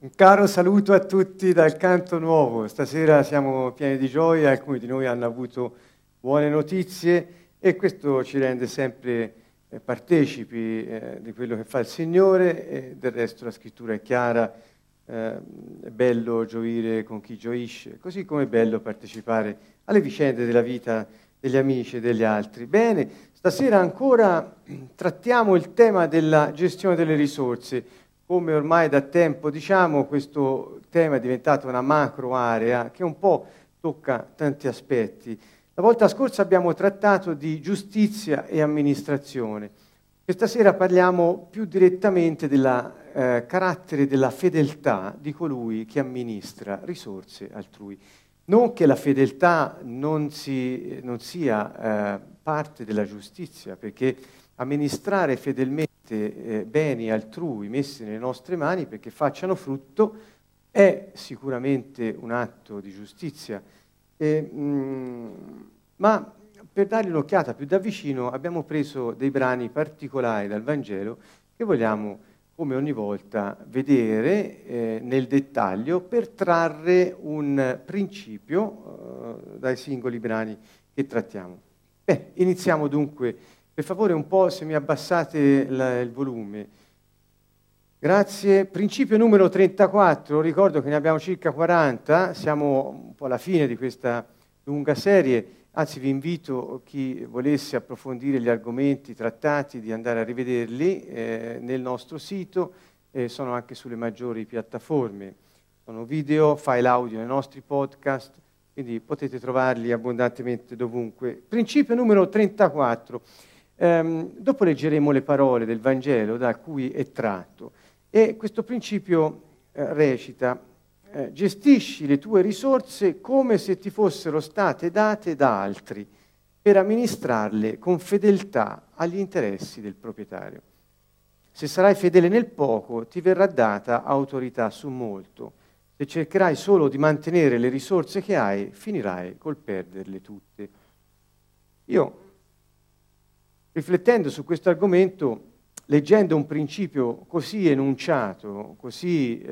Un caro saluto a tutti dal Canto Nuovo. Stasera siamo pieni di gioia, alcuni di noi hanno avuto buone notizie e questo ci rende sempre partecipi di quello che fa il Signore e del resto la scrittura è chiara, è bello gioire con chi gioisce, così come è bello partecipare alle vicende della vita degli amici e degli altri. Bene, stasera ancora trattiamo il tema della gestione delle risorse. Come ormai da tempo diciamo, questo tema è diventato una macro area che un po' tocca tanti aspetti. La volta scorsa abbiamo trattato di giustizia e amministrazione. Questa sera parliamo più direttamente del carattere della fedeltà di colui che amministra risorse altrui. Non che la fedeltà non sia parte della giustizia, perché amministrare fedelmente beni altrui messi nelle nostre mani perché facciano frutto è sicuramente un atto di giustizia. Ma per dargli un'occhiata più da vicino abbiamo preso dei brani particolari dal Vangelo che vogliamo, come ogni volta, vedere nel dettaglio per trarre un principio dai singoli brani che trattiamo. Iniziamo dunque. Per favore un po' se mi abbassate il volume. Grazie. Principio numero 34, ricordo che ne abbiamo circa 40, siamo un po' alla fine di questa lunga serie, anzi vi invito chi volesse approfondire gli argomenti trattati di andare a rivederli nel nostro sito, sono anche sulle maggiori piattaforme, sono video, file audio nei nostri podcast, quindi potete trovarli abbondantemente dovunque. Principio numero 34. Dopo leggeremo le parole del Vangelo da cui è tratto e questo principio recita gestisci le tue risorse come se ti fossero state date da altri per amministrarle con fedeltà agli interessi del proprietario. Se sarai fedele nel poco ti verrà data autorità su molto. Se cercherai solo di mantenere le risorse che hai finirai col perderle tutte. Io, riflettendo su questo argomento, leggendo un principio così enunciato, così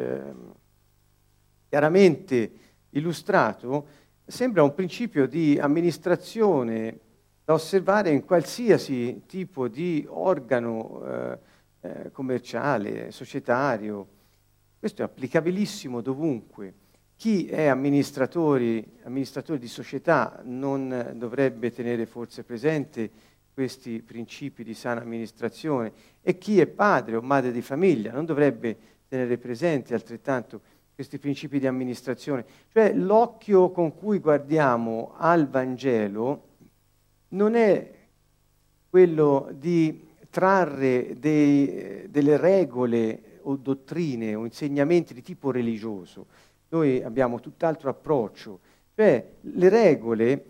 chiaramente illustrato, sembra un principio di amministrazione da osservare in qualsiasi tipo di organo commerciale, societario. Questo è applicabilissimo dovunque. Chi è amministratore di società non dovrebbe tenere forse presente questi principi di sana amministrazione e chi è padre o madre di famiglia non dovrebbe tenere presenti altrettanto questi principi di amministrazione. Cioè l'occhio con cui guardiamo al Vangelo non è quello di trarre delle regole o dottrine o insegnamenti di tipo religioso. Noi abbiamo tutt'altro approccio, cioè le regole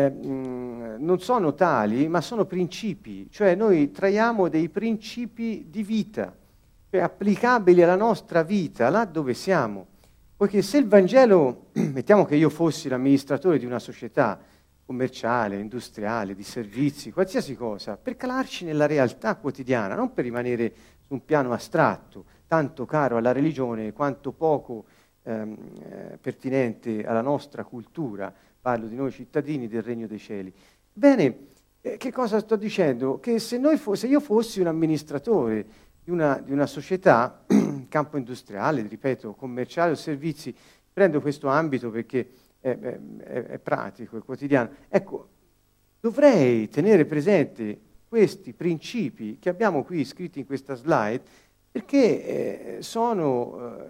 non sono tali, ma sono principi, cioè noi traiamo dei principi di vita, cioè applicabili alla nostra vita, là dove siamo. Poiché se il Vangelo, mettiamo che io fossi l'amministratore di una società commerciale, industriale, di servizi, qualsiasi cosa, per calarci nella realtà quotidiana, non per rimanere su un piano astratto, tanto caro alla religione quanto poco pertinente alla nostra cultura, parlo di noi cittadini del Regno dei Cieli. Bene, che cosa sto dicendo? Che se io fossi un amministratore di una società, campo industriale, ripeto, commerciale o servizi, prendo questo ambito perché è pratico, è quotidiano, ecco, dovrei tenere presente questi principi che abbiamo qui scritti in questa slide, perché sono,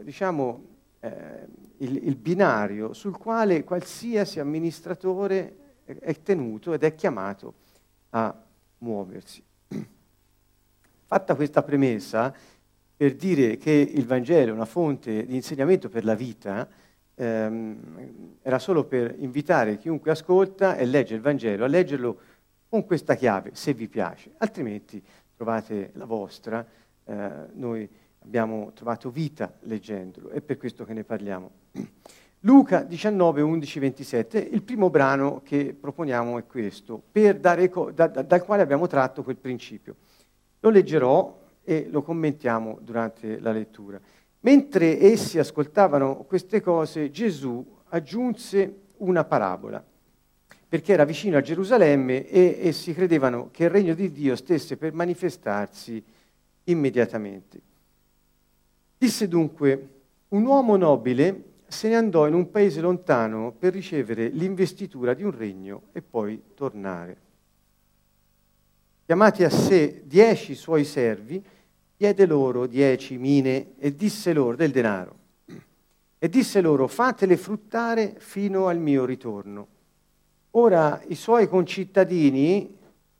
il binario sul quale qualsiasi amministratore è tenuto ed è chiamato a muoversi. Fatta questa premessa, per dire che il Vangelo è una fonte di insegnamento per la vita, era solo per invitare chiunque ascolta e legge il Vangelo a leggerlo con questa chiave, se vi piace, altrimenti trovate la vostra. Noi abbiamo trovato vita leggendolo, è per questo che ne parliamo. Luca 19, 11, 27, il primo brano che proponiamo è questo, per dare dal quale abbiamo tratto quel principio. Lo leggerò e lo commentiamo durante la lettura. Mentre essi ascoltavano queste cose, Gesù aggiunse una parabola, perché era vicino a Gerusalemme e essi credevano che il regno di Dio stesse per manifestarsi immediatamente. Disse dunque: un uomo nobile se ne andò in un paese lontano per ricevere l'investitura di un regno e poi tornare. Chiamati a sé 10 suoi servi, diede loro 10 mine e disse loro del denaro. E disse loro: fatele fruttare fino al mio ritorno. Ora i suoi concittadini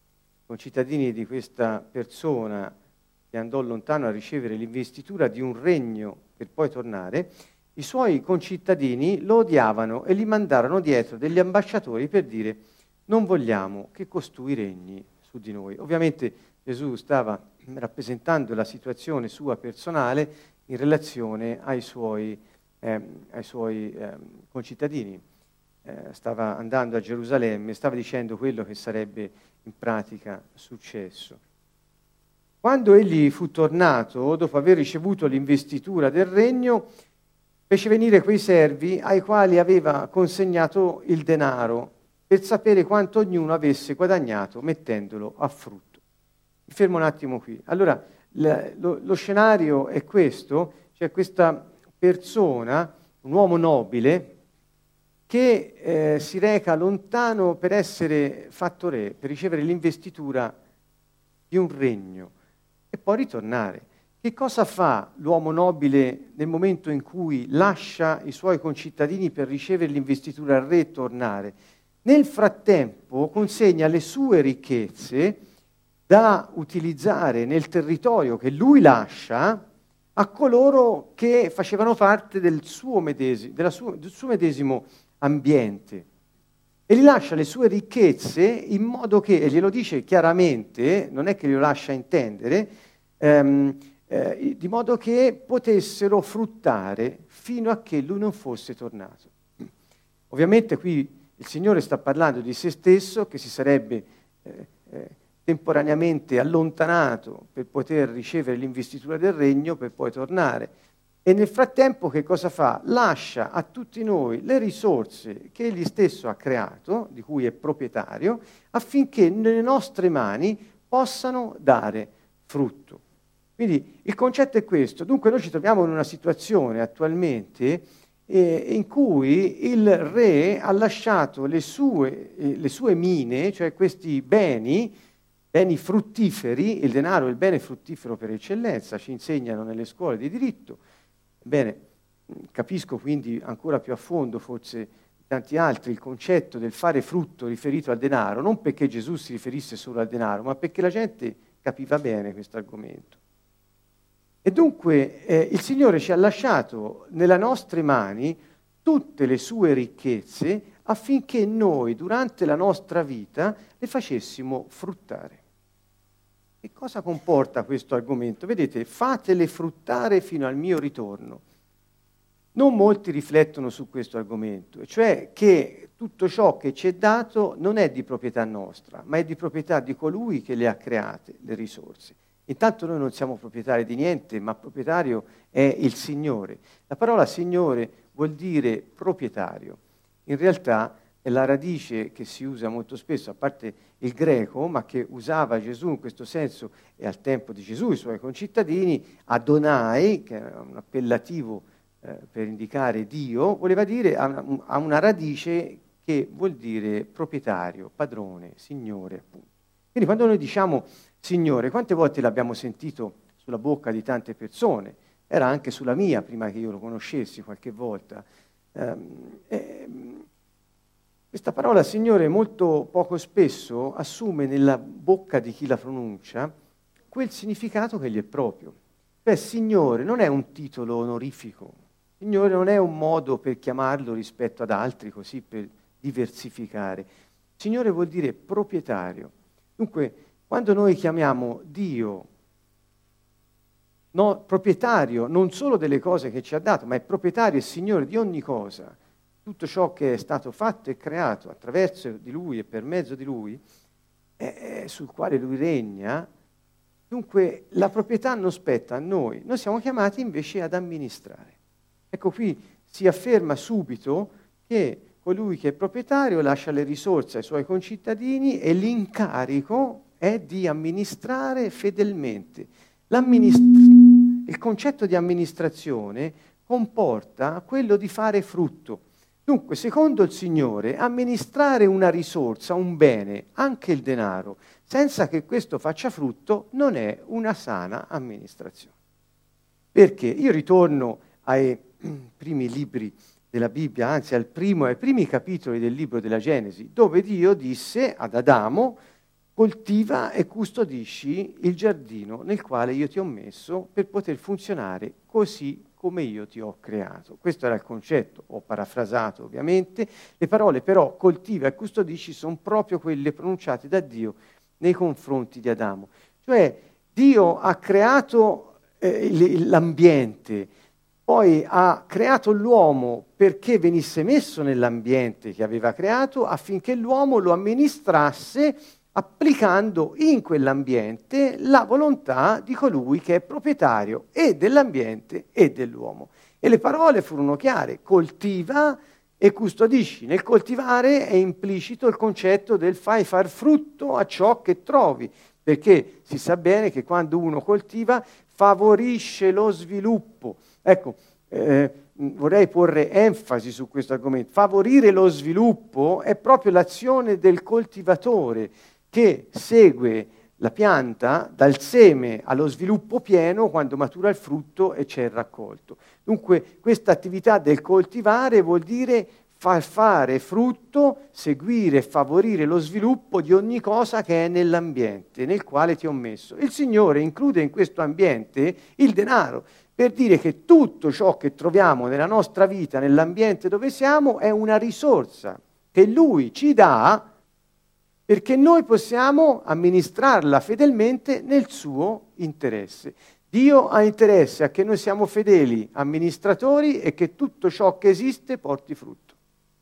di questa persona che andò lontano a ricevere l'investitura di un regno per poi tornare, i suoi concittadini lo odiavano e gli mandarono dietro degli ambasciatori per dire: non vogliamo che costui regni su di noi. Ovviamente Gesù stava rappresentando la situazione sua personale in relazione ai suoi concittadini. Stava andando a Gerusalemme, stava dicendo quello che sarebbe in pratica successo. Quando egli fu tornato, dopo aver ricevuto l'investitura del regno, fece venire quei servi ai quali aveva consegnato il denaro per sapere quanto ognuno avesse guadagnato mettendolo a frutto. Mi fermo un attimo qui. Allora, lo scenario è questo: c'è questa persona, un uomo nobile, che si reca lontano per essere fatto re, per ricevere l'investitura di un regno e poi ritornare. Che cosa fa l'uomo nobile nel momento in cui lascia i suoi concittadini per ricevere l'investitura al re e tornare? Nel frattempo consegna le sue ricchezze da utilizzare nel territorio che lui lascia a coloro che facevano parte del suo medesimo ambiente. E gli lascia le sue ricchezze in modo che, e glielo dice chiaramente, non è che glielo lascia intendere, di modo che potessero fruttare fino a che lui non fosse tornato. Ovviamente qui il Signore sta parlando di se stesso, che si sarebbe temporaneamente allontanato per poter ricevere l'investitura del regno, per poi tornare. E nel frattempo che cosa fa? Lascia a tutti noi le risorse che egli stesso ha creato, di cui è proprietario, affinché nelle nostre mani possano dare frutto. Quindi il concetto è questo. Dunque noi ci troviamo in una situazione attualmente in cui il re ha lasciato le sue mine, cioè questi beni fruttiferi. Il denaro è il bene fruttifero per eccellenza, ci insegnano nelle scuole di diritto. Bene, capisco quindi ancora più a fondo, forse tanti altri, il concetto del fare frutto riferito al denaro, non perché Gesù si riferisse solo al denaro, ma perché la gente capiva bene questo argomento. E dunque il Signore ci ha lasciato nelle nostre mani tutte le sue ricchezze affinché noi durante la nostra vita le facessimo fruttare. Che cosa comporta questo argomento? Vedete, fatele fruttare fino al mio ritorno. Non molti riflettono su questo argomento, cioè che tutto ciò che ci è dato non è di proprietà nostra, ma è di proprietà di colui che le ha create, le risorse. Intanto noi non siamo proprietari di niente, ma proprietario è il Signore. La parola Signore vuol dire proprietario. In realtà è la radice che si usa molto spesso, a parte il greco, ma che usava Gesù in questo senso, e al tempo di Gesù i suoi concittadini, Adonai, che è un appellativo per indicare Dio, voleva dire, ha una radice che vuol dire proprietario, padrone, signore, appunto. Quindi quando noi diciamo Signore, quante volte l'abbiamo sentito sulla bocca di tante persone? Era anche sulla mia, prima che io lo conoscessi qualche volta. Questa parola Signore molto poco spesso assume nella bocca di chi la pronuncia quel significato che gli è proprio. Cioè Signore non è un titolo onorifico, Signore non è un modo per chiamarlo rispetto ad altri, così per diversificare. Signore vuol dire proprietario. Dunque, quando noi chiamiamo Dio proprietario non solo delle cose che ci ha dato, ma è proprietario e Signore di ogni cosa, tutto ciò che è stato fatto e creato attraverso di Lui e per mezzo di Lui, sul quale Lui regna, Dunque la proprietà non spetta a noi siamo chiamati invece ad amministrare. Ecco qui si afferma subito che colui che è proprietario lascia le risorse ai suoi concittadini e l'incarico è di amministrare fedelmente. Il concetto di amministrazione comporta quello di fare frutto. Dunque, secondo il Signore, amministrare una risorsa, un bene, anche il denaro, senza che questo faccia frutto, non è una sana amministrazione. Perché? Io ritorno ai primi libri della Bibbia, anzi ai primi capitoli del libro della Genesi, dove Dio disse ad Adamo: coltiva e custodisci il giardino nel quale io ti ho messo per poter funzionare così come io ti ho creato. Questo era il concetto, ho parafrasato ovviamente. Le parole però coltiva e custodisci sono proprio quelle pronunciate da Dio nei confronti di Adamo. Cioè Dio ha creato l'ambiente, poi ha creato l'uomo perché venisse messo nell'ambiente che aveva creato affinché l'uomo lo amministrasse applicando in quell'ambiente la volontà di colui che è proprietario e dell'ambiente e dell'uomo. E le parole furono chiare: coltiva e custodisci. Nel coltivare è implicito il concetto del fai far frutto a ciò che trovi, perché si sa bene che quando uno coltiva favorisce lo sviluppo. Ecco, vorrei porre enfasi su questo argomento. Favorire lo sviluppo è proprio l'azione del coltivatore che segue la pianta dal seme allo sviluppo pieno quando matura il frutto e c'è il raccolto. Dunque questa attività del coltivare vuol dire far fare frutto, seguire e favorire lo sviluppo di ogni cosa che è nell'ambiente nel quale ti ho messo. Il Signore include in questo ambiente il denaro, per dire che tutto ciò che troviamo nella nostra vita, nell'ambiente dove siamo, è una risorsa che Lui ci dà perché noi possiamo amministrarla fedelmente nel suo interesse. Dio ha interesse a che noi siamo fedeli amministratori e che tutto ciò che esiste porti frutto.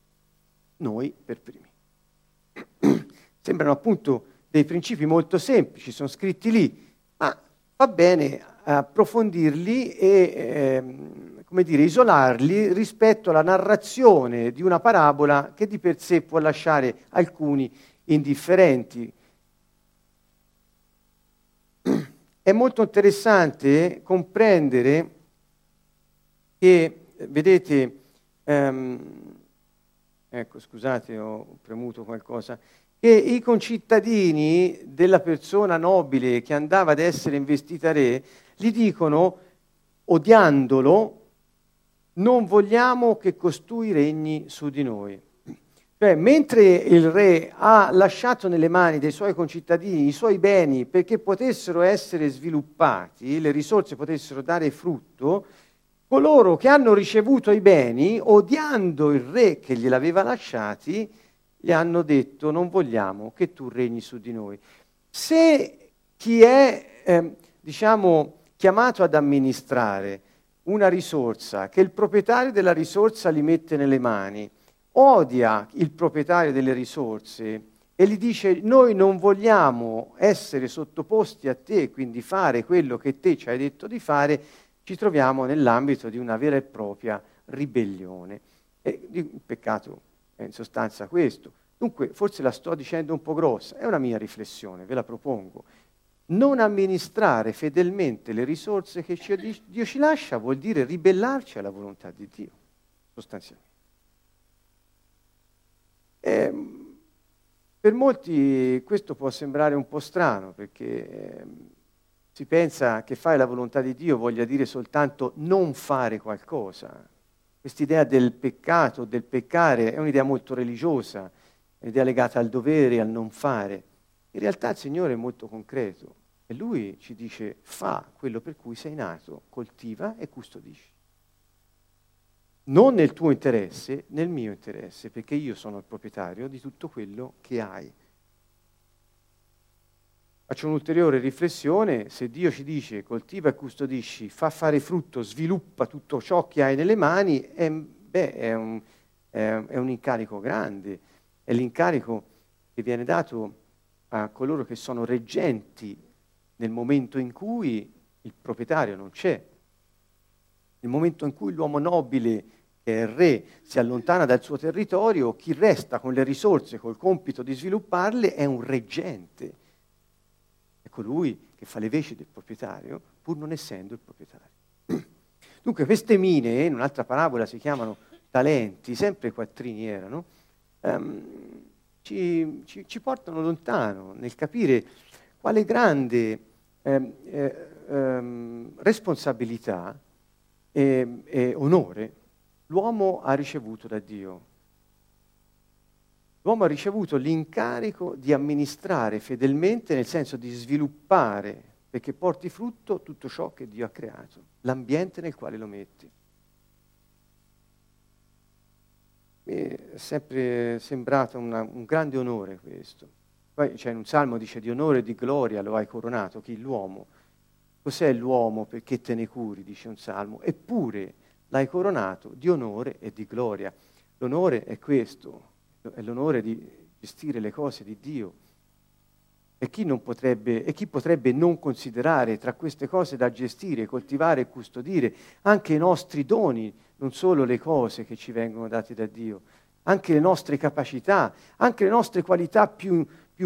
Noi per primi. Sembrano appunto dei principi molto semplici, sono scritti lì, ma va bene approfondirli e isolarli rispetto alla narrazione di una parabola che di per sé può lasciare alcuni indifferenti. È molto interessante comprendere che, vedete, ecco, scusate, ho premuto qualcosa, che i concittadini della persona nobile che andava ad essere investita re gli dicono, odiandolo: non vogliamo che costui regni su di noi. Cioè, mentre il re ha lasciato nelle mani dei suoi concittadini i suoi beni perché potessero essere sviluppati, le risorse potessero dare frutto, coloro che hanno ricevuto i beni, odiando il re che gliel'aveva lasciati, gli hanno detto: non vogliamo che tu regni su di noi. Se chi è, chiamato ad amministrare una risorsa, che il proprietario della risorsa li mette nelle mani, odia il proprietario delle risorse e gli dice: noi non vogliamo essere sottoposti a te, quindi fare quello che te ci hai detto di fare, ci troviamo nell'ambito di una vera e propria ribellione. E il peccato è in sostanza questo. Dunque, forse la sto dicendo un po' grossa, è una mia riflessione, ve la propongo. Non amministrare fedelmente le risorse che Dio ci lascia vuol dire ribellarci alla volontà di Dio, sostanzialmente. Per molti questo può sembrare un po' strano, perché si pensa che fare la volontà di Dio voglia dire soltanto non fare qualcosa. Quest'idea del peccato, del peccare, è un'idea molto religiosa, è un'idea legata al dovere, al non fare. In realtà il Signore è molto concreto e Lui ci dice: fa quello per cui sei nato, coltiva e custodisci. Non nel tuo interesse, nel mio interesse, perché io sono il proprietario di tutto quello che hai. Faccio un'ulteriore riflessione: se Dio ci dice coltiva e custodisci, fa fare frutto, sviluppa tutto ciò che hai nelle mani, è un incarico grande, è l'incarico che viene dato a coloro che sono reggenti nel momento in cui il proprietario non c'è, nel momento in cui l'uomo nobile, che è il re, si allontana dal suo territorio, chi resta con le risorse, col compito di svilupparle, è un reggente. È colui che fa le veci del proprietario, pur non essendo il proprietario. Dunque queste mine, in un'altra parabola si chiamano talenti, sempre quattrini erano, ci portano lontano nel capire quale grande responsabilità e onore l'uomo ha ricevuto da Dio. L'uomo ha ricevuto l'incarico di amministrare fedelmente, nel senso di sviluppare, perché porti frutto tutto ciò che Dio ha creato, l'ambiente nel quale lo metti. Mi è sempre sembrato un grande onore questo. Poi c'è in un salmo, dice, di onore e di gloria lo hai coronato, chi? L'uomo. Cos'è l'uomo perché te ne curi, dice un salmo, eppure l'hai coronato di onore e di gloria. L'onore è questo, è l'onore di gestire le cose di Dio. E chi potrebbe non considerare tra queste cose da gestire, coltivare e custodire anche i nostri doni, non solo le cose che ci vengono date da Dio, anche le nostre capacità, anche le nostre qualità più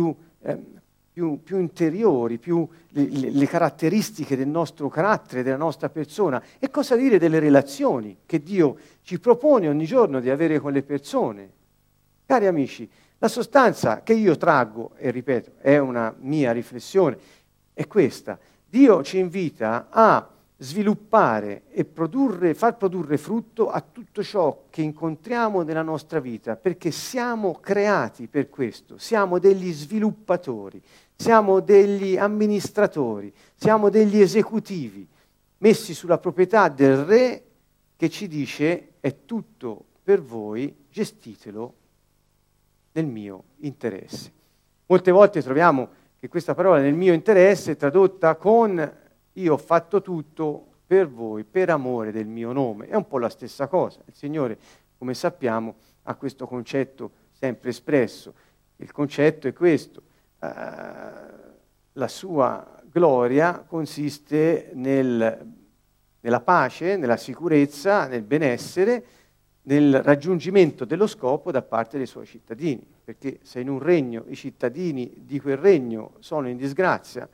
interiori, le caratteristiche del nostro carattere, della nostra persona. E cosa dire delle relazioni che Dio ci propone ogni giorno di avere con le persone? Cari amici, la sostanza che io traggo, e ripeto, è una mia riflessione, è questa. Dio ci invita a sviluppare e far produrre frutto a tutto ciò che incontriamo nella nostra vita, perché siamo creati per questo, siamo degli sviluppatori, siamo degli amministratori, siamo degli esecutivi, messi sulla proprietà del Re che ci dice è tutto per voi, gestitelo nel mio interesse. Molte volte troviamo che questa parola nel mio interesse è tradotta con io ho fatto tutto per voi, per amore del mio nome. È un po' la stessa cosa. Il Signore, come sappiamo, ha questo concetto sempre espresso. Il concetto è questo. La sua gloria consiste nella pace, nella sicurezza, nel benessere, nel raggiungimento dello scopo da parte dei suoi cittadini, perché se in un regno i cittadini di quel regno sono in disgrazia,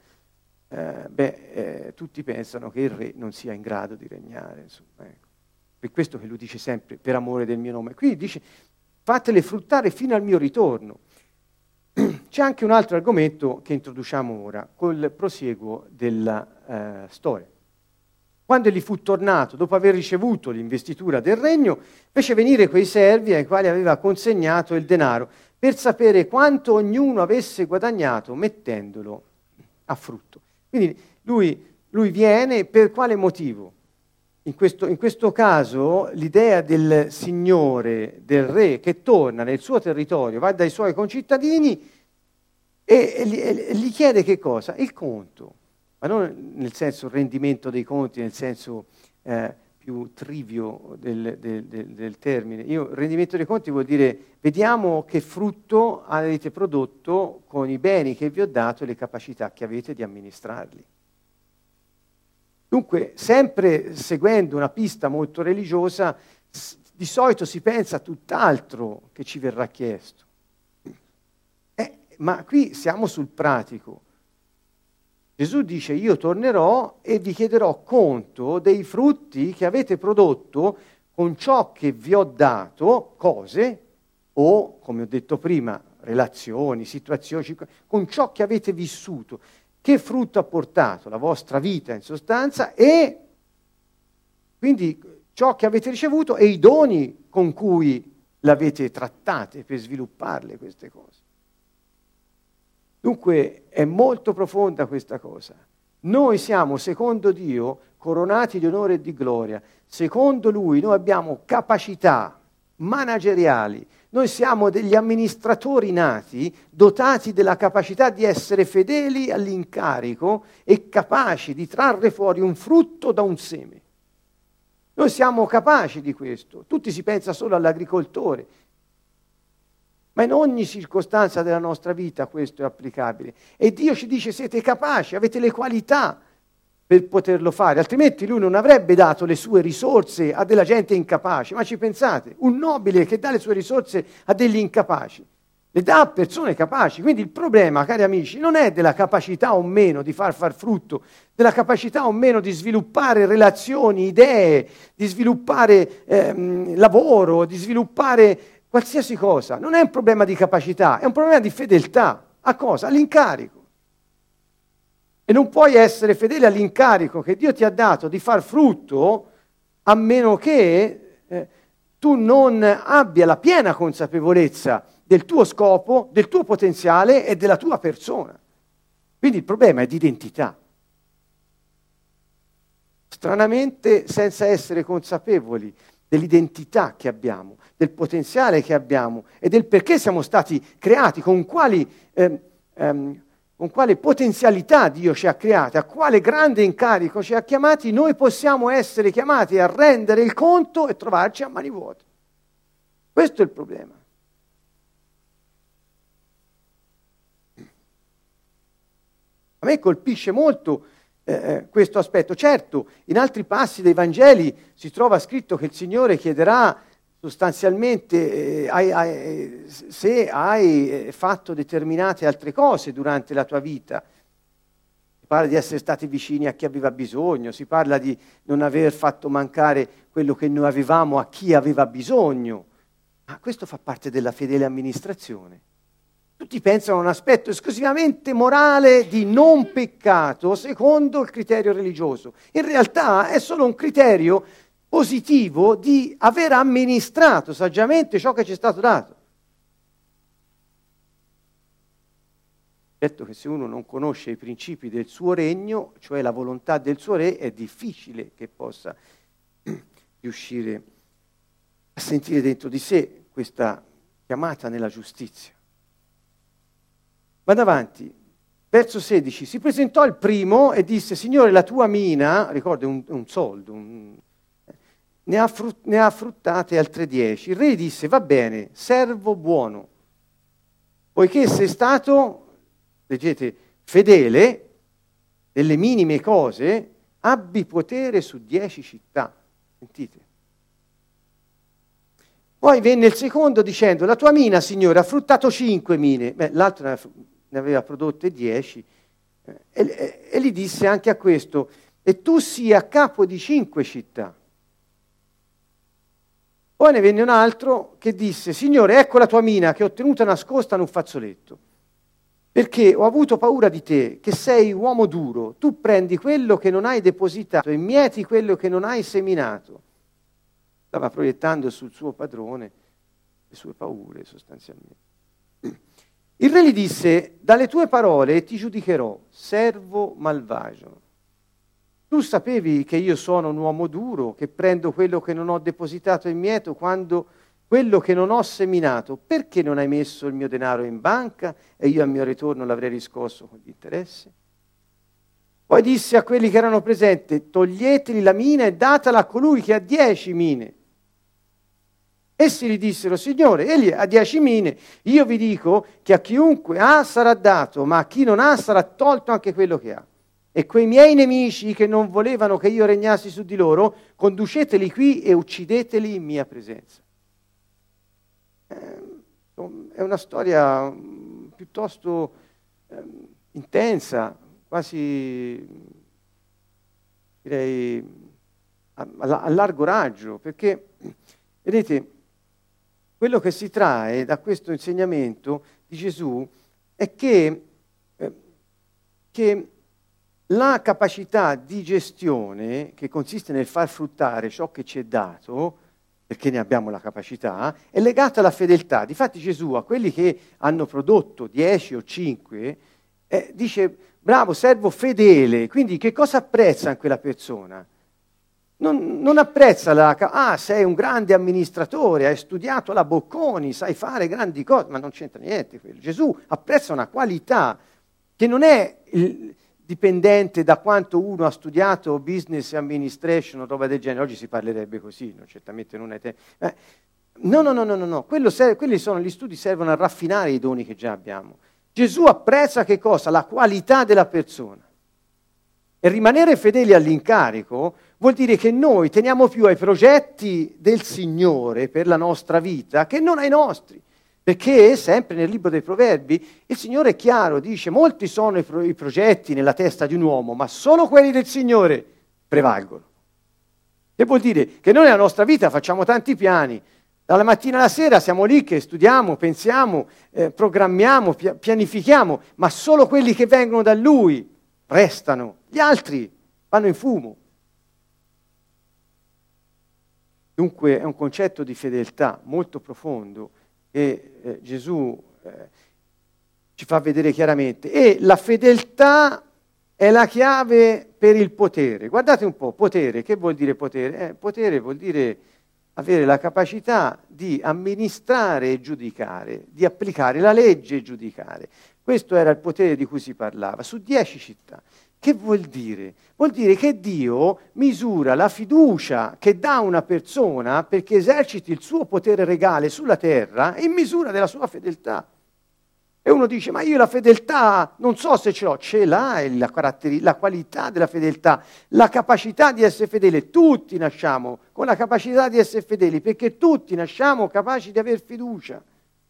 tutti pensano che il re non sia in grado di regnare. Insomma, ecco. Per questo che lui dice sempre, per amore del mio nome. Qui dice, fatele fruttare fino al mio ritorno. C'è anche un altro argomento che introduciamo ora, col prosieguo della storia. Quando egli fu tornato, dopo aver ricevuto l'investitura del regno, fece venire quei servi ai quali aveva consegnato il denaro, per sapere quanto ognuno avesse guadagnato mettendolo a frutto. Quindi lui viene per quale motivo? In questo caso l'idea del Signore, del Re, che torna nel suo territorio, va dai suoi concittadini e gli chiede che cosa? Il conto. Ma non nel senso rendimento dei conti, nel senso più trivio del termine. Rendimento dei conti vuol dire vediamo che frutto avete prodotto con i beni che vi ho dato e le capacità che avete di amministrarli. Dunque, sempre seguendo una pista molto religiosa, di solito si pensa a tutt'altro che ci verrà chiesto. Ma qui siamo sul pratico. Gesù dice io tornerò e vi chiederò conto dei frutti che avete prodotto con ciò che vi ho dato, cose, o, come ho detto prima, relazioni, situazioni, con ciò che avete vissuto. Che frutto ha portato la vostra vita in sostanza e quindi ciò che avete ricevuto e i doni con cui l'avete trattate per svilupparle queste cose. Dunque è molto profonda questa cosa. Noi siamo, secondo Dio, coronati di onore e di gloria. Secondo Lui noi abbiamo capacità manageriali. Noi siamo degli amministratori nati, dotati della capacità di essere fedeli all'incarico e capaci di trarre fuori un frutto da un seme. Noi siamo capaci di questo. Tutti si pensa solo all'agricoltore. Ma in ogni circostanza della nostra vita questo è applicabile. E Dio ci dice: siete capaci, avete le qualità per poterlo fare, altrimenti Lui non avrebbe dato le sue risorse a della gente incapace. Ma ci pensate? Un nobile che dà le sue risorse a degli incapaci, le dà a persone capaci. Quindi il problema, cari amici, non è della capacità o meno di far frutto, della capacità o meno di sviluppare relazioni, idee, di sviluppare lavoro, di sviluppare qualsiasi cosa. Non è un problema di capacità, è un problema di fedeltà. A cosa? All'incarico. E non puoi essere fedele all'incarico che Dio ti ha dato di far frutto a meno che tu non abbia la piena consapevolezza del tuo scopo, del tuo potenziale e della tua persona. Quindi il problema è di identità. Stranamente, senza essere consapevoli dell'identità che abbiamo, del potenziale che abbiamo e del perché siamo stati creati, con quale potenzialità Dio ci ha creati, a quale grande incarico ci ha chiamati, noi possiamo essere chiamati a rendere il conto e trovarci a mani vuote. Questo è il problema. A me colpisce molto questo aspetto. Certo, in altri passi dei Vangeli si trova scritto che il Signore chiederà sostanzialmente se hai fatto determinate altre cose durante la tua vita. Si parla di essere stati vicini a chi aveva bisogno, si parla di non aver fatto mancare quello che noi avevamo a chi aveva bisogno. Ma questo fa parte della fedele amministrazione. Tutti pensano a un aspetto esclusivamente morale di non peccato secondo il criterio religioso. In realtà è solo un criterio positivo di aver amministrato saggiamente ciò che ci è stato dato. Certo che se uno non conosce i principi del suo regno, cioè la volontà del suo re, è difficile che possa riuscire a sentire dentro di sé questa chiamata nella giustizia. Vado avanti, verso 16, si presentò il primo e disse: Signore, la tua mina, ricorda un soldo, ne ha fruttate altre 10. Il re disse: va bene, servo buono, poiché sei stato, leggete, fedele nelle minime cose, abbi potere su 10 città. Sentite. Poi venne il secondo dicendo: la tua mina, Signore, ha fruttato 5 mine. L'altro ne aveva prodotte 10. E gli disse anche a questo: e tu sii a capo di 5 città. Poi ne venne un altro che disse: Signore, ecco la tua mina che ho tenuta nascosta in un fazzoletto, perché ho avuto paura di te, che sei uomo duro, tu prendi quello che non hai depositato e mieti quello che non hai seminato. Stava proiettando sul suo padrone le sue paure sostanzialmente. Il re gli disse: dalle tue parole ti giudicherò, servo malvagio. Tu sapevi che io sono un uomo duro, che prendo quello che non ho depositato e mieto quando quello che non ho seminato. Perché non hai messo il mio denaro in banca e io al mio ritorno l'avrei riscosso con gli interessi? Poi disse a quelli che erano presenti: toglieteli la mina e datela a colui che ha 10 mine. Essi gli dissero: Signore, egli ha 10 mine. Io vi dico che a chiunque ha sarà dato, ma a chi non ha sarà tolto anche quello che ha. E quei miei nemici che non volevano che io regnassi su di loro, conduceteli qui e uccideteli in mia presenza. È una storia piuttosto intensa, quasi direi a largo raggio, perché vedete, quello che si trae da questo insegnamento di Gesù è che la capacità di gestione, che consiste nel far fruttare ciò che ci è dato, perché ne abbiamo la capacità, è legata alla fedeltà. Difatti Gesù a quelli che hanno prodotto 10 o 5, dice: bravo, servo fedele. Quindi che cosa apprezza in quella persona? Non apprezza sei un grande amministratore, hai studiato la Bocconi, sai fare grandi cose, ma non c'entra niente quello. Gesù apprezza una qualità che non è dipendente da quanto uno ha studiato business administration o roba del genere. Oggi si parlerebbe così, no? Certamente non è No. Quelli sono gli studi, servono a raffinare i doni che già abbiamo. Gesù apprezza che cosa? La qualità della persona. E rimanere fedeli all'incarico vuol dire che noi teniamo più ai progetti del Signore per la nostra vita che non ai nostri. Perché sempre nel libro dei Proverbi il Signore è chiaro, dice molti sono i progetti nella testa di un uomo, ma solo quelli del Signore prevalgono. Che vuol dire che noi nella nostra vita facciamo tanti piani, dalla mattina alla sera siamo lì che studiamo, pensiamo, programmiamo, pianifichiamo, ma solo quelli che vengono da Lui restano, gli altri vanno in fumo. Dunque è un concetto di fedeltà molto profondo che Gesù ci fa vedere chiaramente. E la fedeltà è la chiave per il potere. Guardate un po', potere, che vuol dire potere? Potere vuol dire avere la capacità di amministrare e giudicare, di applicare la legge e giudicare. Questo era il potere di cui si parlava, su 10 città. Che vuol dire? Vuol dire che Dio misura la fiducia che dà una persona perché eserciti il suo potere regale sulla terra in misura della sua fedeltà. E uno dice, ma io la fedeltà non so se ce l'ho. Ce l'hai la qualità della fedeltà, la capacità di essere fedele. Tutti nasciamo con la capacità di essere fedeli perché tutti nasciamo capaci di aver fiducia.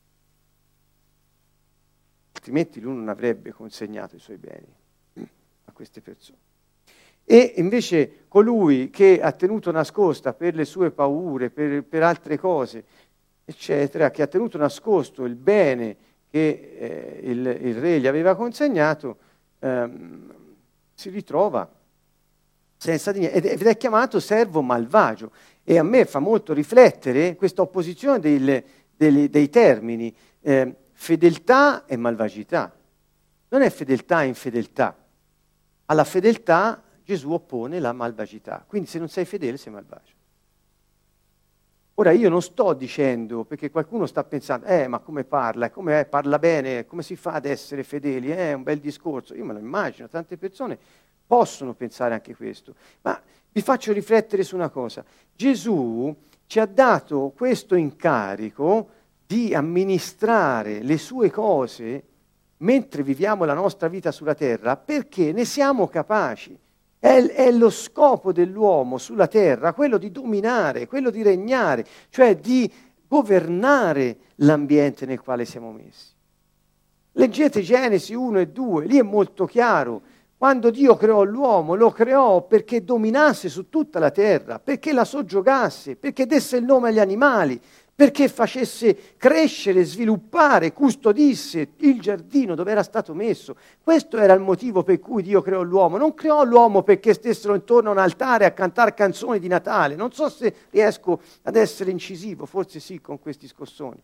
Altrimenti lui non avrebbe consegnato i suoi beni a queste persone. E invece colui che ha tenuto nascosta per le sue paure, per altre cose, eccetera, che ha tenuto nascosto il bene che il re gli aveva consegnato, si ritrova senza di niente, ed è chiamato servo malvagio. E a me fa molto riflettere questa opposizione dei termini, fedeltà e malvagità. Non è fedeltà e infedeltà. Alla fedeltà Gesù oppone la malvagità. Quindi se non sei fedele sei malvagio. Ora io non sto dicendo, perché qualcuno sta pensando, ma come parla, parla bene, come si fa ad essere fedeli, è un bel discorso. Io me lo immagino, tante persone possono pensare anche questo. Ma vi faccio riflettere su una cosa. Gesù ci ha dato questo incarico di amministrare le sue cose mentre viviamo la nostra vita sulla terra, perché ne siamo capaci. È lo scopo dell'uomo sulla terra, quello di dominare, quello di regnare, cioè di governare l'ambiente nel quale siamo messi. Leggete Genesi 1 e 2, lì è molto chiaro. Quando Dio creò l'uomo, lo creò perché dominasse su tutta la terra, perché la soggiogasse, perché desse il nome agli animali, perché facesse crescere, sviluppare, custodisse il giardino dove era stato messo. Questo era il motivo per cui Dio creò l'uomo. Non creò l'uomo perché stessero intorno a un altare a cantare canzoni di Natale. Non so se riesco ad essere incisivo, forse sì con questi scossoni.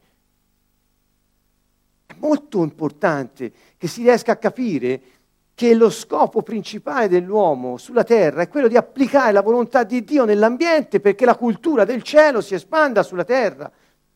È molto importante che si riesca a capire che lo scopo principale dell'uomo sulla terra è quello di applicare la volontà di Dio nell'ambiente perché la cultura del cielo si espanda sulla terra.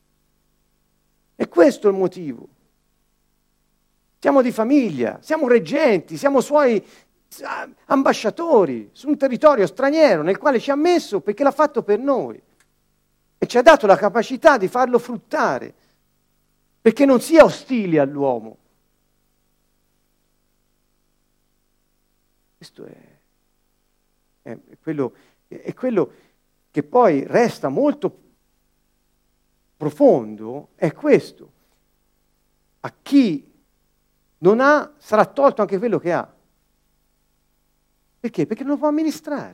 E questo è il motivo. Siamo di famiglia, siamo reggenti, siamo suoi ambasciatori su un territorio straniero nel quale ci ha messo perché l'ha fatto per noi e ci ha dato la capacità di farlo fruttare perché non sia ostile all'uomo. Questo è quello che poi resta molto profondo, è questo. A chi non ha sarà tolto anche quello che ha. Perché? Perché non lo può amministrare.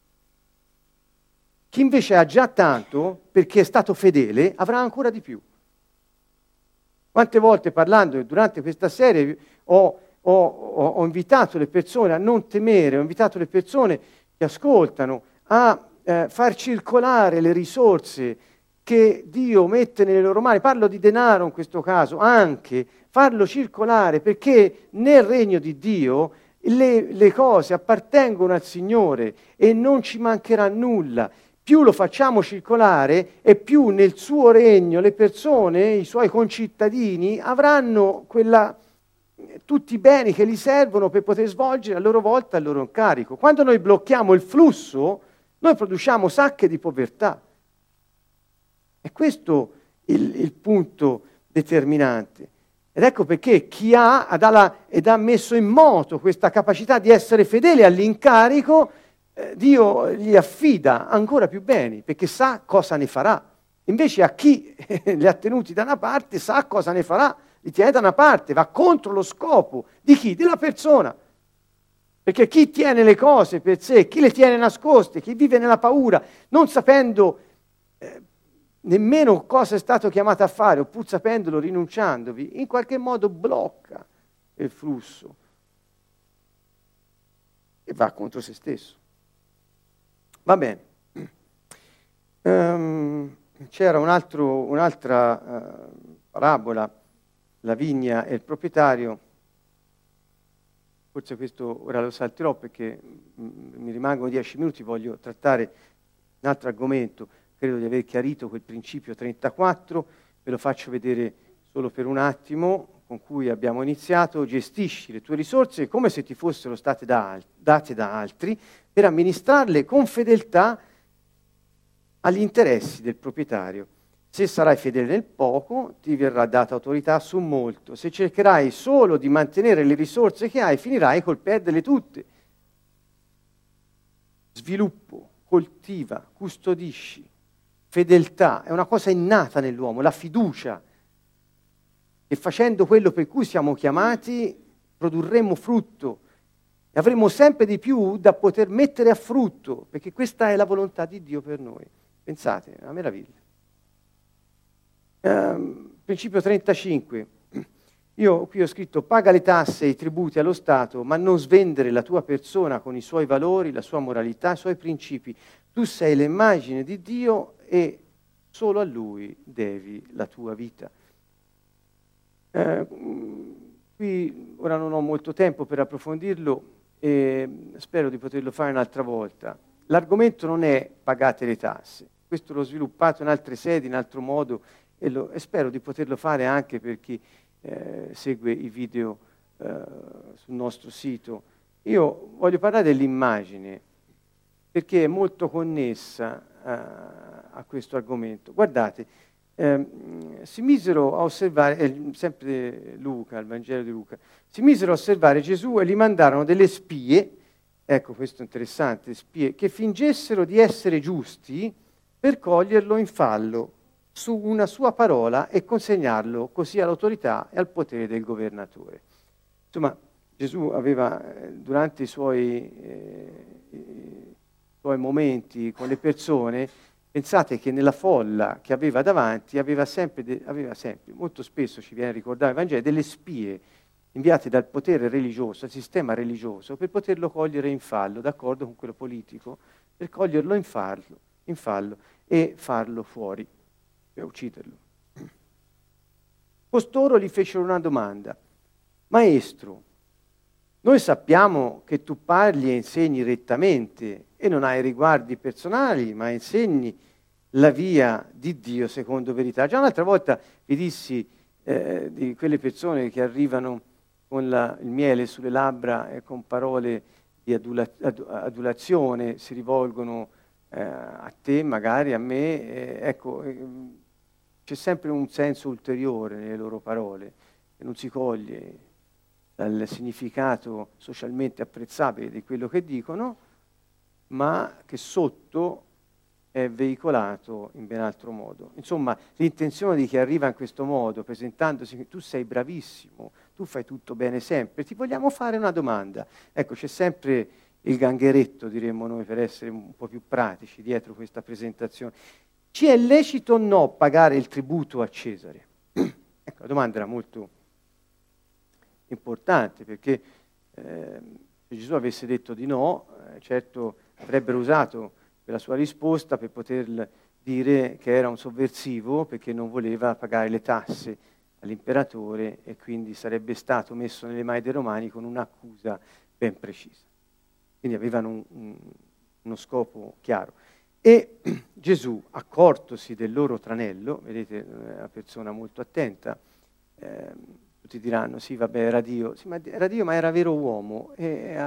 Chi invece ha già tanto, perché è stato fedele, avrà ancora di più. Quante volte parlando durante questa serie ho invitato le persone a non temere, ho invitato le persone che ascoltano a far circolare le risorse che Dio mette nelle loro mani, parlo di denaro in questo caso, anche farlo circolare perché nel regno di Dio le cose appartengono al Signore e non ci mancherà nulla. Più lo facciamo circolare e più nel suo regno le persone, i suoi concittadini, avranno tutti i beni che gli servono per poter svolgere a loro volta il loro incarico. Quando noi blocchiamo il flusso, noi produciamo sacche di povertà. E questo il punto determinante. Ed ecco perché chi ha ed ha messo in moto questa capacità di essere fedele all'incarico, Dio gli affida ancora più beni, perché sa cosa ne farà. Invece a chi li ha tenuti da una parte sa cosa ne farà, li tiene da una parte, va contro lo scopo di chi? Della persona. Perché chi tiene le cose per sé, chi le tiene nascoste, chi vive nella paura, non sapendo nemmeno cosa è stato chiamato a fare, oppure sapendolo, rinunciandovi, in qualche modo blocca il flusso e va contro se stesso. Va bene. C'era un'altra parabola, la vigna e il proprietario. Forse questo ora lo salterò perché mi rimangono 10 minuti, voglio trattare un altro argomento. Credo di aver chiarito quel principio 34, ve lo faccio vedere solo per un attimo, con cui abbiamo iniziato. Gestisci le tue risorse come se ti fossero state date da altri, per amministrarle con fedeltà agli interessi del proprietario. Se sarai fedele nel poco, ti verrà data autorità su molto. Se cercherai solo di mantenere le risorse che hai, finirai col perderle tutte. Sviluppo, coltiva, custodisci. Fedeltà è una cosa innata nell'uomo, la fiducia. E facendo quello per cui siamo chiamati, produrremo frutto. E avremo sempre di più da poter mettere a frutto, perché questa è la volontà di Dio per noi. Pensate, è una meraviglia. Principio 35. Io qui ho scritto: paga le tasse e i tributi allo Stato, ma non svendere la tua persona con i suoi valori, la sua moralità, i suoi principi. Tu sei l'immagine di Dio e solo a Lui devi la tua vita. Qui ora non ho molto tempo per approfondirlo e spero di poterlo fare un'altra volta. L'argomento non è pagate le tasse, questo l'ho sviluppato in altre sedi, in altro modo, e spero di poterlo fare anche per chi segue i video sul nostro sito. Io voglio parlare dell'immagine perché è molto connessa a questo argomento. Guardate, si misero a osservare, sempre Luca, il Vangelo di Luca, si misero a osservare Gesù e gli mandarono delle spie, ecco questo è interessante, spie, che fingessero di essere giusti per coglierlo in fallo su una sua parola e consegnarlo così all'autorità e al potere del governatore. Insomma, Gesù aveva, durante i suoi momenti con le persone, pensate che nella folla che aveva davanti aveva sempre, molto spesso ci viene ricordato il Vangelo, delle spie inviate dal potere religioso, dal sistema religioso, per poterlo cogliere in fallo, d'accordo con quello politico, per coglierlo in fallo e farlo fuori, per ucciderlo. Costoro gli fecero una domanda: Maestro, noi sappiamo che tu parli e insegni rettamente e non hai riguardi personali, ma insegni la via di Dio secondo verità. Già un'altra volta vi dissi di quelle persone che arrivano con il miele sulle labbra e con parole di adulazione si rivolgono a te, magari a me. Ecco, c'è sempre un senso ulteriore nelle loro parole che non si coglie dal significato socialmente apprezzabile di quello che dicono, ma che sotto è veicolato in ben altro modo. Insomma, l'intenzione di chi arriva in questo modo, presentandosi, tu sei bravissimo, tu fai tutto bene sempre, ti vogliamo fare una domanda. Ecco, c'è sempre il gangheretto, diremmo noi, per essere un po' più pratici, dietro questa presentazione. Ci è lecito o no pagare il tributo a Cesare? Ecco, la domanda era molto importante, perché se Gesù avesse detto di no, certo avrebbero usato quella sua risposta per poter dire che era un sovversivo perché non voleva pagare le tasse all'imperatore e quindi sarebbe stato messo nelle mani dei romani con un'accusa ben precisa. Quindi avevano uno scopo chiaro. E Gesù, accortosi del loro tranello, vedete, una persona molto attenta, tutti diranno, sì, vabbè, era Dio. Sì, ma era Dio, ma era vero uomo. E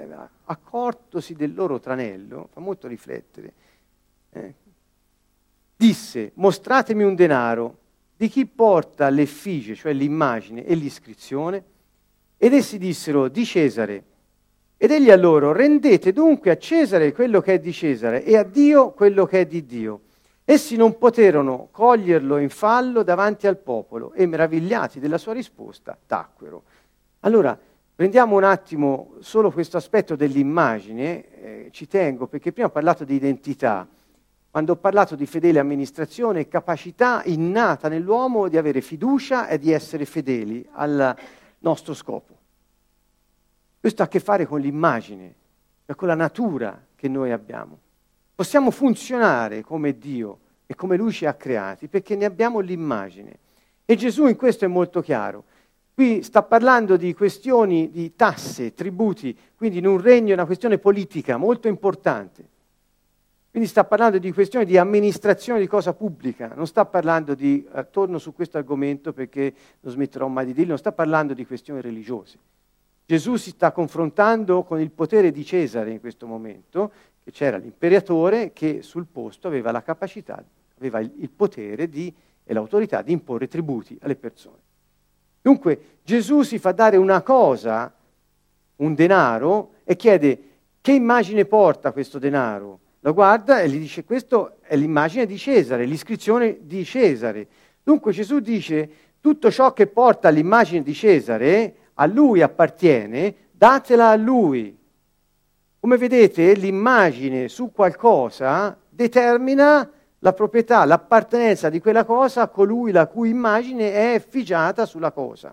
accortosi del loro tranello, fa molto riflettere. disse: mostratemi un denaro di chi porta l'effigie, cioè l'immagine e l'iscrizione. Ed essi dissero: di Cesare. Ed egli a loro: rendete dunque a Cesare quello che è di Cesare e a Dio quello che è di Dio. Essi non poterono coglierlo in fallo davanti al popolo e, meravigliati della sua risposta, tacquero. Allora, prendiamo un attimo solo questo aspetto dell'immagine, ci tengo, perché prima ho parlato di identità, quando ho parlato di fedele amministrazione, capacità innata nell'uomo di avere fiducia e di essere fedeli al nostro scopo. Questo ha a che fare con l'immagine, cioè con la natura che noi abbiamo. Possiamo funzionare come Dio e come Lui ci ha creati perché ne abbiamo l'immagine. E Gesù in questo è molto chiaro. Qui sta parlando di questioni di tasse, tributi, quindi in un regno è una questione politica molto importante. Quindi sta parlando di questioni di amministrazione di cosa pubblica, non sta parlando di, torno su questo argomento perché non smetterò mai di dirlo, non sta parlando di questioni religiose. Gesù si sta confrontando con il potere di Cesare in questo momento, che c'era l'imperatore che sul posto aveva la capacità, aveva il potere e l'autorità di imporre tributi alle persone. Dunque Gesù si fa dare una cosa, un denaro, e chiede: che immagine porta questo denaro? Lo guarda e gli dice: questo è l'immagine di Cesare, l'iscrizione di Cesare. Dunque Gesù dice: tutto ciò che porta l'immagine di Cesare a lui appartiene, datela a lui. Come vedete, l'immagine su qualcosa determina la proprietà, l'appartenenza di quella cosa a colui la cui immagine è effigiata sulla cosa.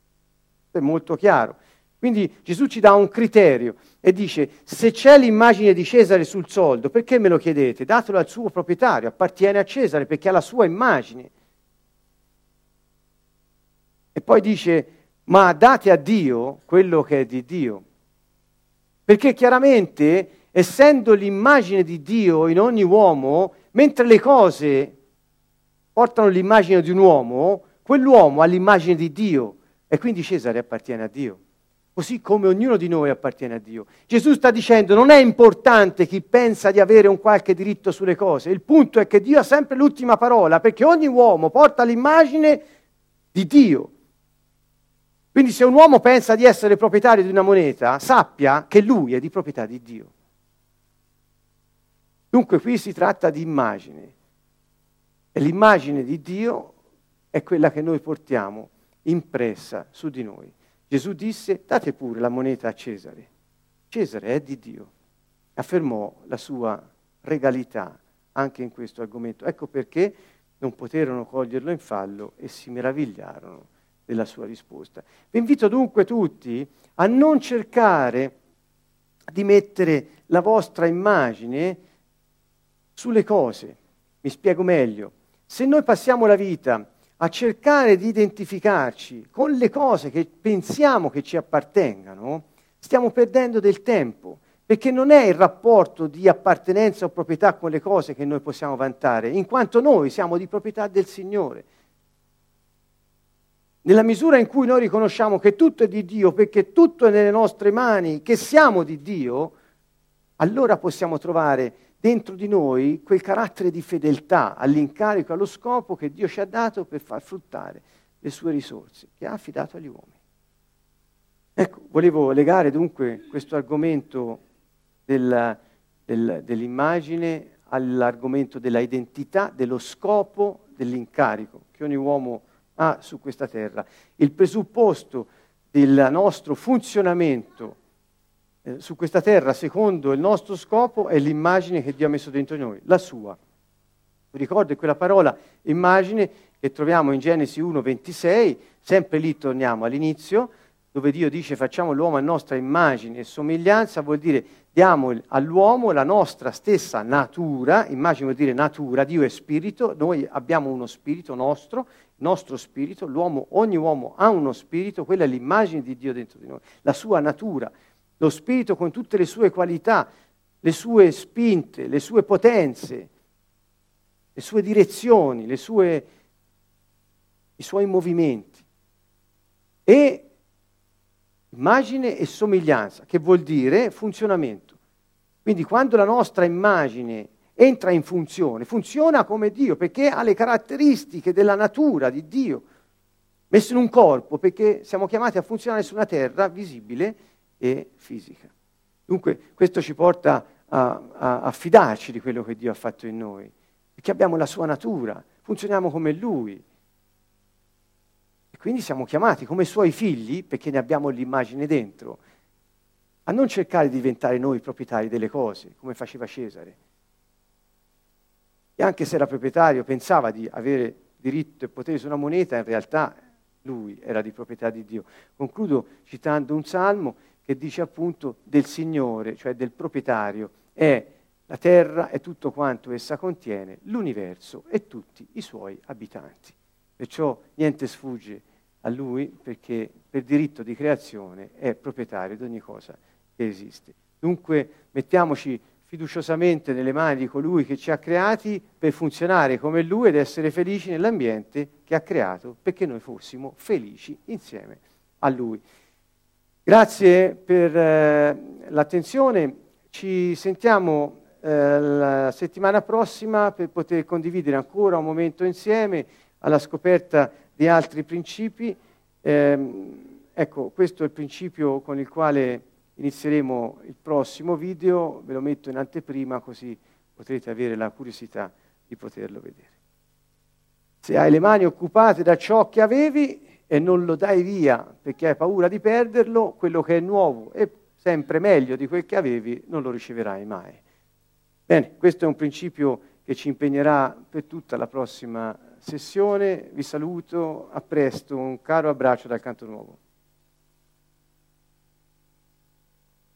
È molto chiaro. Quindi Gesù ci dà un criterio e dice: se c'è l'immagine di Cesare sul soldo, perché me lo chiedete? Datelo al suo proprietario, appartiene a Cesare perché ha la sua immagine. E poi dice: ma date a Dio quello che è di Dio. Perché chiaramente, essendo l'immagine di Dio in ogni uomo, mentre le cose portano l'immagine di un uomo, quell'uomo ha l'immagine di Dio e quindi Cesare appartiene a Dio. Così come ognuno di noi appartiene a Dio. Gesù sta dicendo: non è importante chi pensa di avere un qualche diritto sulle cose, il punto è che Dio ha sempre l'ultima parola, perché ogni uomo porta l'immagine di Dio. Quindi se un uomo pensa di essere proprietario di una moneta, sappia che lui è di proprietà di Dio. Dunque qui si tratta di immagine. E l'immagine di Dio è quella che noi portiamo impressa su di noi. Gesù disse: date pure la moneta a Cesare. Cesare è di Dio. Affermò la sua regalità anche in questo argomento. Ecco perché non poterono coglierlo in fallo e si meravigliarono della sua risposta. Vi invito dunque tutti a non cercare di mettere la vostra immagine sulle cose. Mi spiego meglio. Se noi passiamo la vita a cercare di identificarci con le cose che pensiamo che ci appartengano, stiamo perdendo del tempo, perché non è il rapporto di appartenenza o proprietà con le cose che noi possiamo vantare, in quanto noi siamo di proprietà del Signore. Nella misura in cui noi riconosciamo che tutto è di Dio, perché tutto è nelle nostre mani, che siamo di Dio, allora possiamo trovare dentro di noi quel carattere di fedeltà all'incarico, allo scopo che Dio ci ha dato per far fruttare le sue risorse, che ha affidato agli uomini. Ecco, volevo legare dunque questo argomento dell'immagine all'argomento della identità, dello scopo, dell'incarico che ogni uomo ha su questa terra. Il presupposto del nostro funzionamento su questa terra, secondo il nostro scopo, è l'immagine che Dio ha messo dentro di noi, la sua. Vi ricordo quella parola immagine che troviamo in Genesi 1:26, sempre lì torniamo all'inizio, dove Dio dice: facciamo l'uomo a nostra immagine e somiglianza, vuol dire diamo all'uomo la nostra stessa natura. Immagine vuol dire natura, Dio è spirito, noi abbiamo uno spirito nostro spirito, ogni uomo ha uno spirito, quella è l'immagine di Dio dentro di noi, la sua natura, lo spirito con tutte le sue qualità, le sue spinte, le sue potenze, le sue direzioni, i suoi movimenti. E immagine e somiglianza, che vuol dire funzionamento. Quindi quando la nostra immagine entra in funzione, funziona come Dio, perché ha le caratteristiche della natura di Dio, messo in un corpo, perché siamo chiamati a funzionare su una terra visibile e fisica. Dunque questo ci porta a fidarci di quello che Dio ha fatto in noi, perché abbiamo la sua natura, funzioniamo come Lui. E quindi siamo chiamati come Suoi figli, perché ne abbiamo l'immagine dentro, a non cercare di diventare noi proprietari delle cose, come faceva Cesare. E anche se era proprietario, pensava di avere diritto e potere su una moneta, in realtà lui era di proprietà di Dio. Concludo citando un salmo che dice appunto del Signore, cioè del proprietario, è la terra e tutto quanto essa contiene, l'universo e tutti i suoi abitanti. Perciò niente sfugge a Lui, perché per diritto di creazione è proprietario di ogni cosa che esiste. Dunque mettiamoci fiduciosamente nelle mani di colui che ci ha creati per funzionare come Lui ed essere felici nell'ambiente che ha creato, perché noi fossimo felici insieme a Lui. Grazie per l'attenzione, ci sentiamo la settimana prossima per poter condividere ancora un momento insieme alla scoperta di altri principi. Ecco, questo è il principio con il quale inizieremo il prossimo video, ve lo metto in anteprima così potrete avere la curiosità di poterlo vedere. Se hai le mani occupate da ciò che avevi e non lo dai via perché hai paura di perderlo, quello che è nuovo e sempre meglio di quel che avevi non lo riceverai mai. Bene, questo è un principio che ci impegnerà per tutta la prossima sessione. Vi saluto, a presto, un caro abbraccio dal Canto Nuovo.